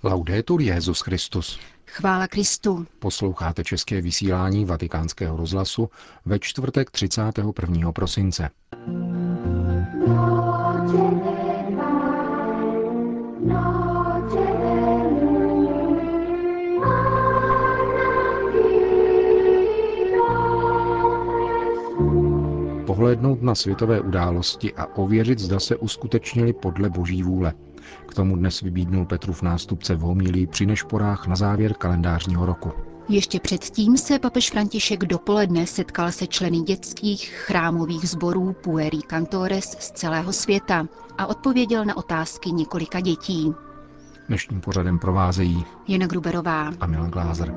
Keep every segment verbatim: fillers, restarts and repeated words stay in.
Laudetur Jesus Christus. Chvála Kristu. Posloucháte české vysílání Vatikánského rozhlasu ve čtvrtek třicátého prvního prosince. Pohlédnout na světové události a ověřit, zda se uskutečnily podle Boží vůle. K tomu dnes vybídnul Petrův nástupce v homilii při nešporách na závěr kalendářního roku. Ještě předtím se papež František dopoledne setkal se členy dětských chrámových sborů Pueri Cantores z celého světa a odpověděl na otázky několika dětí. Dnešním pořadem provázejí Jana Gruberová a Milan Glázer.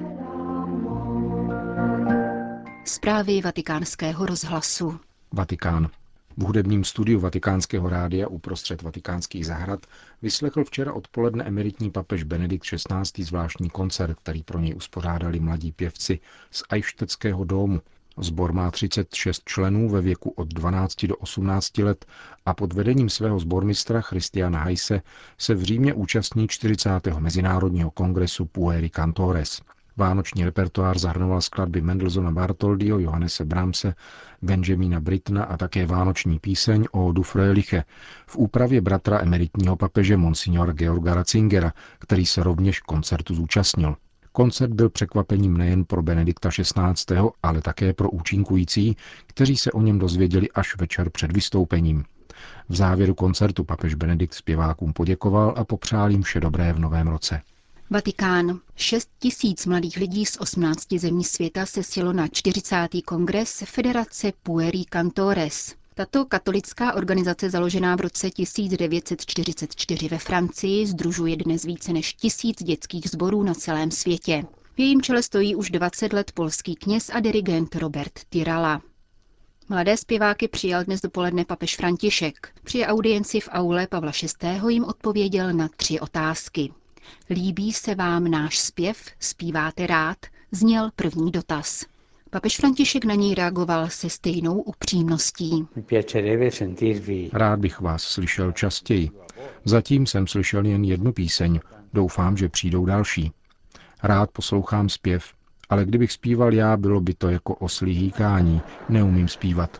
Zprávy Vatikánského rozhlasu. Vatikán. V hudebním studiu Vatikánského rádia uprostřed vatikánských zahrad vyslechl včera odpoledne emeritní papež Benedikt šestnáctý. Zvláštní koncert, který pro něj uspořádali mladí pěvci z Eichstättského domu. Sbor má třicet šest členů ve věku od dvanácti do osmnácti let a pod vedením svého sbormistra Christiana Heise se v Římě účastní čtyřicátého mezinárodního kongresu Pueri Cantores. Vánoční repertoár zahrnoval skladby Mendelssohna Bartholdyho, Johannese Brahmse, Benjamina Brittona a také vánoční píseň Odu Fröhliche v úpravě bratra emeritního papeže Monsignora Georga Ratzingera, který se rovněž koncertu zúčastnil. Koncert byl překvapením nejen pro Benedikta šestnáctého., ale také pro účinkující, kteří se o něm dozvěděli až večer před vystoupením. V závěru koncertu papež Benedikt zpěvákům poděkoval a popřál jim vše dobré v novém roce. Vatikán. Šest tisíc mladých lidí z osmnácti zemí světa se sjelo na čtyřicátý kongres Federace Pueri Cantores. Tato katolická organizace, založená v roce tisíc devět set čtyřicet čtyři ve Francii, sdružuje dnes více než tisíc dětských sborů na celém světě. V jejím čele stojí už dvacet let polský kněz a dirigent Robert Tyrala. Mladé zpěváky přijal dnes dopoledne papež František. Při audienci v aule Pavla šestého. jim odpověděl na tři otázky. Líbí se vám náš zpěv, zpíváte rád, zněl první dotaz. Papež František na něj reagoval se stejnou upřímností. Rád bych vás slyšel častěji. Zatím jsem slyšel jen jednu píseň, doufám, že přijdou další. Rád poslouchám zpěv, ale kdybych zpíval já, bylo by to jako oslí hýkání, neumím zpívat.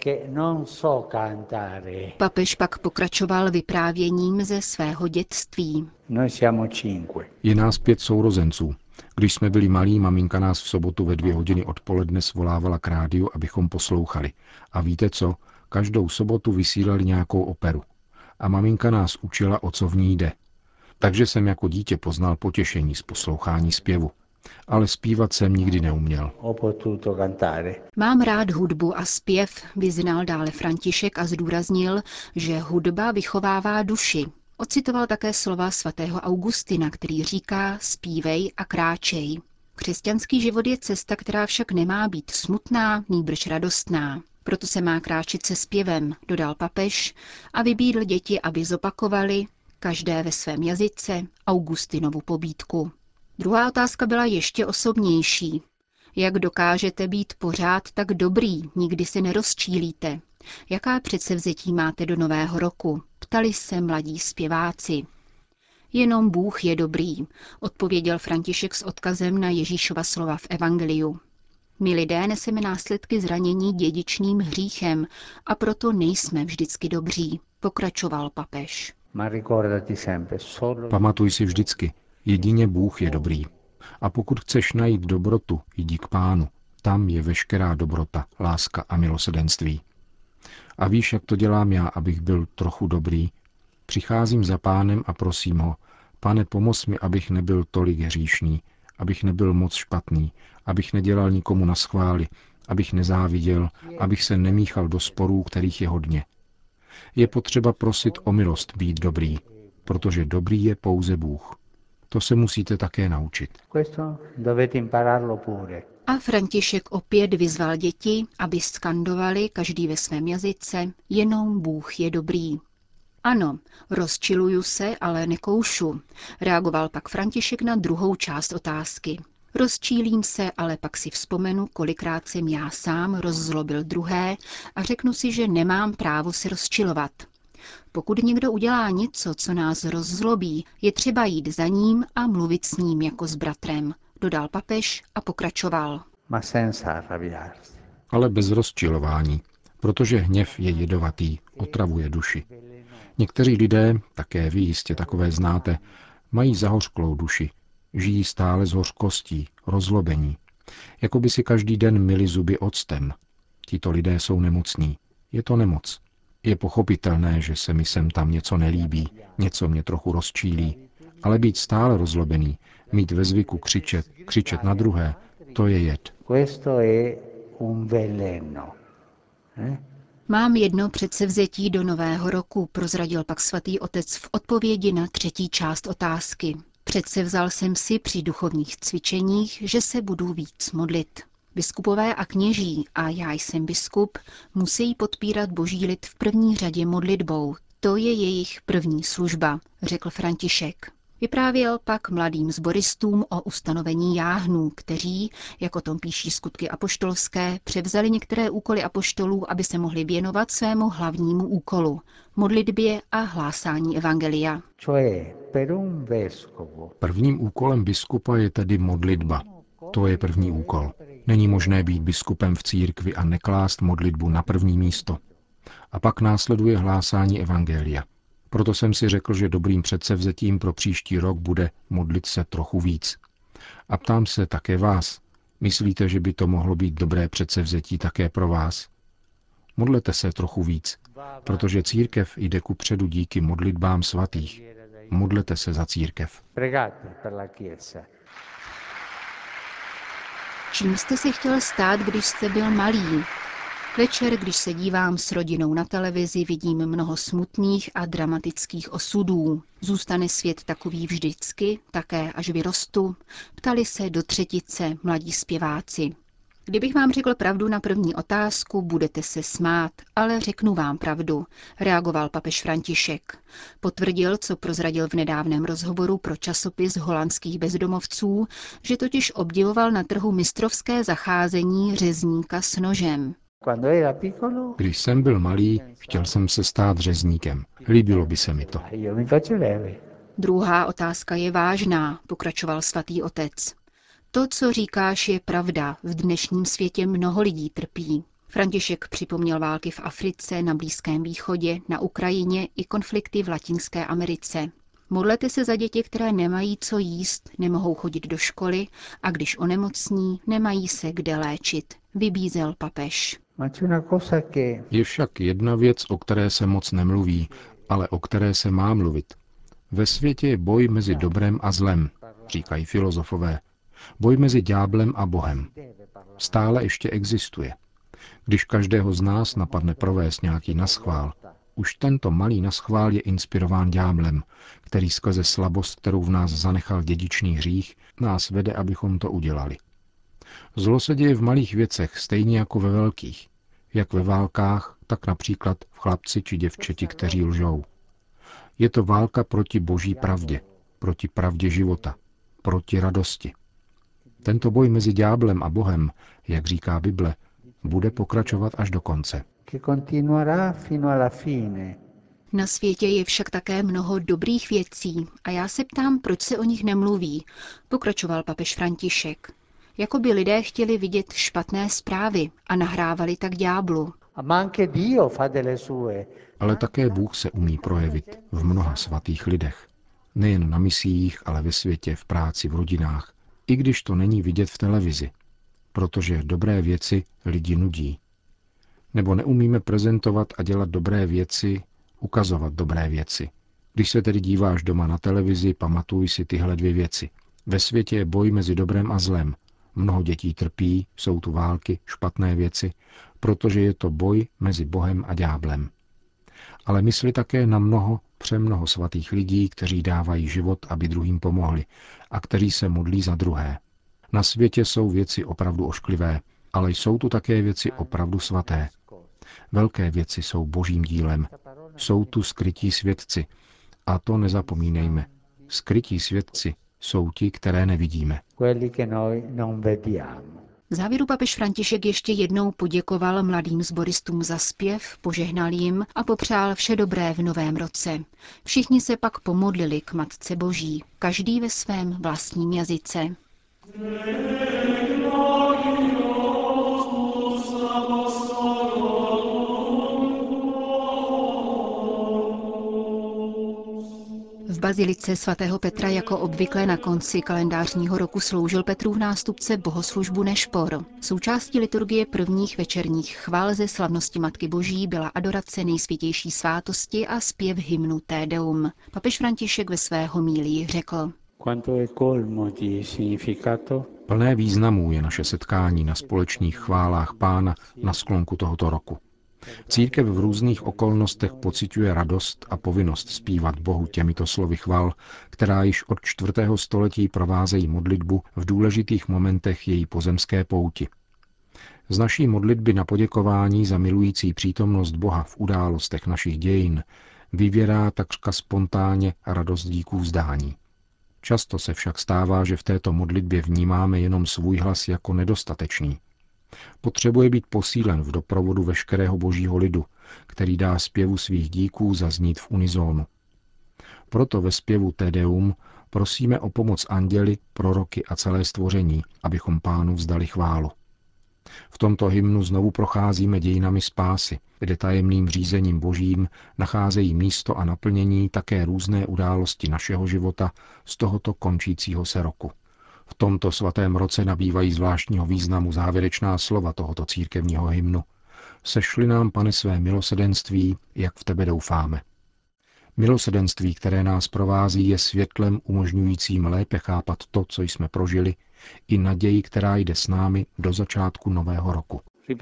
Papež pak pokračoval vyprávěním ze svého dětství. Je nás pět sourozenců. Když jsme byli malí, maminka nás v sobotu ve dvě hodiny odpoledne svolávala k rádiu, abychom poslouchali. A víte co? Každou sobotu vysílali nějakou operu. A maminka nás učila, o co v ní jde. Takže jsem jako dítě poznal potěšení z poslouchání zpěvu. Ale zpívat jsem nikdy neuměl. Mám rád hudbu a zpěv, vyznal dále František a zdůraznil, že hudba vychovává duši. Ocitoval také slova svatého Augustina, který říká zpívej a kráčej. Křesťanský život je cesta, která však nemá být smutná, nýbrž radostná. Proto se má kráčet se zpěvem, dodal papež a vybídl děti, aby zopakovali, každé ve svém jazyce, Augustinovu pobídku. Druhá otázka byla ještě osobnější. Jak dokážete být pořád tak dobrý, nikdy se nerozčílíte? Jaká předsevzetí máte do nového roku? Ptali se mladí zpěváci. Jenom Bůh je dobrý, odpověděl František s odkazem na Ježíšova slova v evangeliu. My lidé neseme následky zranění dědičným hříchem a proto nejsme vždycky dobří, pokračoval papež. Pamatuj si vždycky, jedině Bůh je dobrý. A pokud chceš najít dobrotu, jdi k Pánu. Tam je veškerá dobrota, láska a milosrdenství. A víš, jak to dělám já, abych byl trochu dobrý? Přicházím za Pánem a prosím ho, Pane, pomoz mi, abych nebyl tolik hříšný, abych nebyl moc špatný, abych nedělal nikomu naschvály, abych nezáviděl, abych se nemíchal do sporů, kterých je hodně. Je potřeba prosit o milost být dobrý, protože dobrý je pouze Bůh. To se musíte také naučit. A František opět vyzval děti, aby skandovali každý ve svém jazyce, jenom Bůh je dobrý. Ano, rozčiluju se, ale nekoušu, reagoval pak František na druhou část otázky. Rozčílím se, ale pak si vzpomenu, kolikrát jsem já sám rozzlobil druhé a řeknu si, že nemám právo se rozčilovat. Pokud někdo udělá něco, co nás rozzlobí, je třeba jít za ním a mluvit s ním jako s bratrem, dodal papež a pokračoval. Ale bez rozčilování, protože hněv je jedovatý, otravuje duši. Někteří lidé, také vy jistě takové znáte, mají zahořklou duši, žijí stále z hořkostí, rozlobení, jako by si každý den myli zuby octem. Tito lidé jsou nemocní. Je to nemoc. Je pochopitelné, že se mi sem tam něco nelíbí, něco mě trochu rozčílí, ale být stále rozlobený, mít ve zvyku křičet, křičet na druhé, to je jed. Mám jedno předsevzetí do nového roku, prozradil pak svatý otec v odpovědi na třetí část otázky. Předsevzal jsem si při duchovních cvičeních, že se budu víc modlit. Biskupové a kněží, a já jsem biskup, musí podpírat boží lid v první řadě modlitbou. To je jejich první služba, řekl František. Vyprávěl pak mladým sboristům o ustanovení jáhnů, kteří, jak o tom píší Skutky apoštolské, převzali některé úkoly apoštolů, aby se mohli věnovat svému hlavnímu úkolu – modlitbě a hlásání evangelia. Prvním úkolem biskupa je tedy modlitba. To je první úkol. Není možné být biskupem v církvi a neklást modlitbu na první místo. A pak následuje hlásání evangelia. Proto jsem si řekl, že dobrým předsevzetím pro příští rok bude modlit se trochu víc. A ptám se také vás. Myslíte, že by to mohlo být dobré předsevzetí také pro vás? Modlete se trochu víc, protože církev jde kupředu díky modlitbám svatých. Modlete se za církev. Čím jste se chtěl stát, když jste byl malý? Večer, když se dívám s rodinou na televizi, vidím mnoho smutných a dramatických osudů. Zůstane svět takový vždycky, také až vyrostu? Ptali se do třetice mladí zpěváci. Kdybych vám řekl pravdu na první otázku, budete se smát, ale řeknu vám pravdu, reagoval papež František. Potvrdil, co prozradil v nedávném rozhovoru pro časopis holandských bezdomovců, že totiž obdivoval na trhu mistrovské zacházení řezníka s nožem. Když jsem byl malý, chtěl jsem se stát řezníkem. Líbilo by se mi to. Druhá otázka je vážná, pokračoval svatý otec. To, co říkáš, je pravda. V dnešním světě mnoho lidí trpí. František připomněl války v Africe, na Blízkém východě, na Ukrajině i konflikty v Latinské Americe. Modlete se za děti, které nemají co jíst, nemohou chodit do školy a když onemocní, nemají se kde léčit, vybízel papež. Je však jedna věc, o které se moc nemluví, ale o které se má mluvit. Ve světě je boj mezi dobrem a zlem, říkají filozofové. Boj mezi ďáblem a Bohem. Stále ještě existuje. Když každého z nás napadne provést nějaký naschvál, už tento malý naschvál je inspirován ďáblem, který skrze slabost, kterou v nás zanechal dědičný hřích, nás vede, abychom to udělali. Zlo se děje v malých věcech, stejně jako ve velkých. Jak ve válkách, tak například v chlapci či děvčeti, kteří lžou. Je to válka proti boží pravdě, proti pravdě života, proti radosti. Tento boj mezi ďáblem a Bohem, jak říká Bible, bude pokračovat až do konce. Na světě je však také mnoho dobrých věcí a já se ptám, proč se o nich nemluví, pokračoval papež František. Jako by lidé chtěli vidět špatné zprávy a nahrávali tak ďáblu. Ale také Bůh se umí projevit v mnoha svatých lidech. Nejen na misiích, ale ve světě, v práci, v rodinách. I když to není vidět v televizi. Protože dobré věci lidi nudí. Nebo neumíme prezentovat a dělat dobré věci, ukazovat dobré věci. Když se tedy díváš doma na televizi, pamatuj si tyhle dvě věci. Ve světě je boj mezi dobrem a zlem. Mnoho dětí trpí, jsou tu války, špatné věci, protože je to boj mezi Bohem a ďáblem. Ale mysli také na mnoho, přemnoho svatých lidí, kteří dávají život, aby druhým pomohli a kteří se modlí za druhé. Na světě jsou věci opravdu ošklivé, ale jsou tu také věci opravdu svaté. Velké věci jsou božím dílem. Jsou tu skrytí svědci. A to nezapomínejme. Skrytí svědci jsou ti, které nevidíme. V závěru papež František ještě jednou poděkoval mladým sboristům za zpěv, požehnal jim a popřál vše dobré v novém roce. Všichni se pak pomodlili k Matce Boží, každý ve svém vlastním jazyce. V bazilice svatého Petra jako obvykle na konci kalendářního roku sloužil Petrův nástupce bohoslužbu Nešpor. Součástí liturgie prvních večerních chval ze slavnosti Matky Boží byla adorace nejsvětější svátosti a zpěv hymnu Te Deum. Papež František ve své homílii řekl: Plné významů je naše setkání na společných chválách Pána na sklonku tohoto roku. Církev v různých okolnostech pociťuje radost a povinnost zpívat Bohu těmito slovy chval, která již od čtvrtého století provázejí modlitbu v důležitých momentech její pozemské pouti. Z naší modlitby na poděkování za milující přítomnost Boha v událostech našich dějin vyvěrá takřka spontánně radost díků vzdání. Často se však stává, že v této modlitbě vnímáme jenom svůj hlas jako nedostatečný. Potřebuje být posílen v doprovodu veškerého božího lidu, který dá zpěvu svých díků zaznít v unizónu. Proto ve zpěvu Te Deum prosíme o pomoc anděli, proroky a celé stvoření, abychom Pánu vzdali chválu. V tomto hymnu znovu procházíme dějinami spásy, kde tajemným řízením božím nacházejí místo a naplnění také různé události našeho života z tohoto končícího se roku. V tomto svatém roce nabývají zvláštního významu závěrečná slova tohoto církevního hymnu. Sešli nám, Pane, své milosedenství, jak v tebe doufáme. Milosedenství, které nás provází, je světlem umožňujícím lépe chápat to, co jsme prožili, i naději, která jde s námi do začátku nového roku.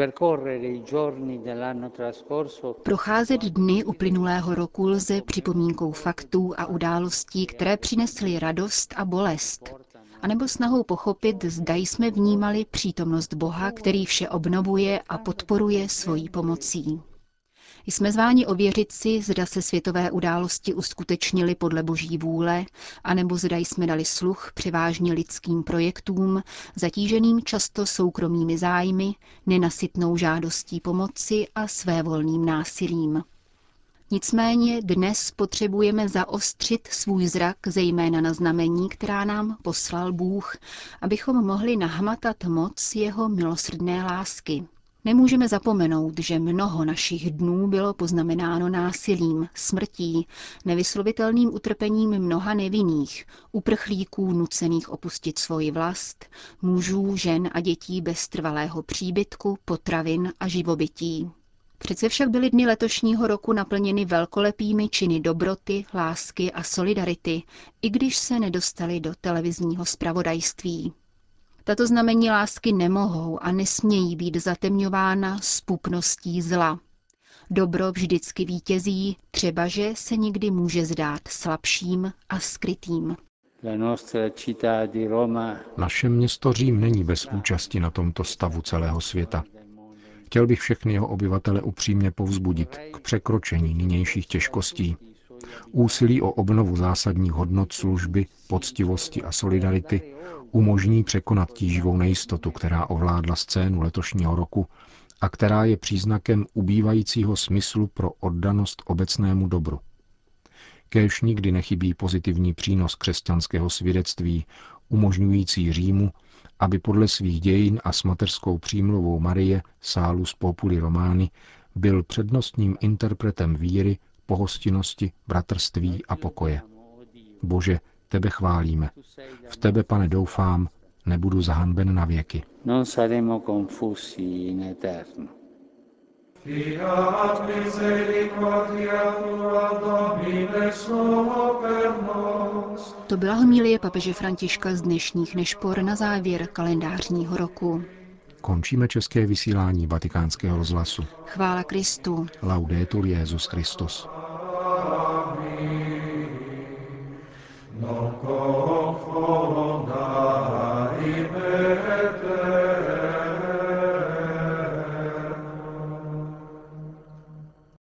Procházet dny uplynulého roku lze připomínkou faktů a událostí, které přinesly radost a bolest, anebo snahou pochopit, zda jsme vnímali přítomnost Boha, který vše obnovuje a podporuje svojí pomocí. Jsme zváni ověřit si, zda se světové události uskutečnily podle boží vůle, anebo zda jsme dali sluch převážně lidským projektům, zatíženým často soukromými zájmy, nenasytnou žádostí pomoci a svévolným násilím. Nicméně dnes potřebujeme zaostřit svůj zrak zejména na znamení, která nám poslal Bůh, abychom mohli nahmatat moc jeho milosrdné lásky. Nemůžeme zapomenout, že mnoho našich dnů bylo poznamenáno násilím, smrtí, nevyslovitelným utrpením mnoha nevinných, uprchlíků nucených opustit svoji vlast, mužů, žen a dětí bez trvalého příbytku, potravin a živobytí. Přece však byly dny letošního roku naplněny velkolepými činy dobroty, lásky a solidarity, i když se nedostali do televizního zpravodajství. Tato znamení lásky nemohou a nesmějí být zatemňována zpupností zla. Dobro vždycky vítězí, třebaže se někdy může zdát slabším a skrytým. Naše město Řím není bez účasti na tomto stavu celého světa. Chtěl bych všechny jeho obyvatele upřímně povzbudit k překročení nynějších těžkostí. Úsilí o obnovu zásadních hodnot služby, poctivosti a solidarity umožní překonat tíživou nejistotu, která ovládla scénu letošního roku a která je příznakem ubývajícího smyslu pro oddanost obecnému dobru. Kéž nikdy nechybí pozitivní přínos křesťanského svědectví, umožňující Římu, aby podle svých dějin a s mateřskou přímluvou Marie Salus Populi Romani byl přednostním interpretem víry, pohostinnosti, bratrství a pokoje. Bože, tebe chválíme. V tebe, Pane, doufám, nebudu zahanben na věky. Non saremo confusi in eterno. To byla homilie papeže Františka z dnešních Nešpor na závěr kalendářního roku. Končíme české vysílání Vatikánského rozhlasu. Chvála Kristu. Laudetur Jesus Christus. Non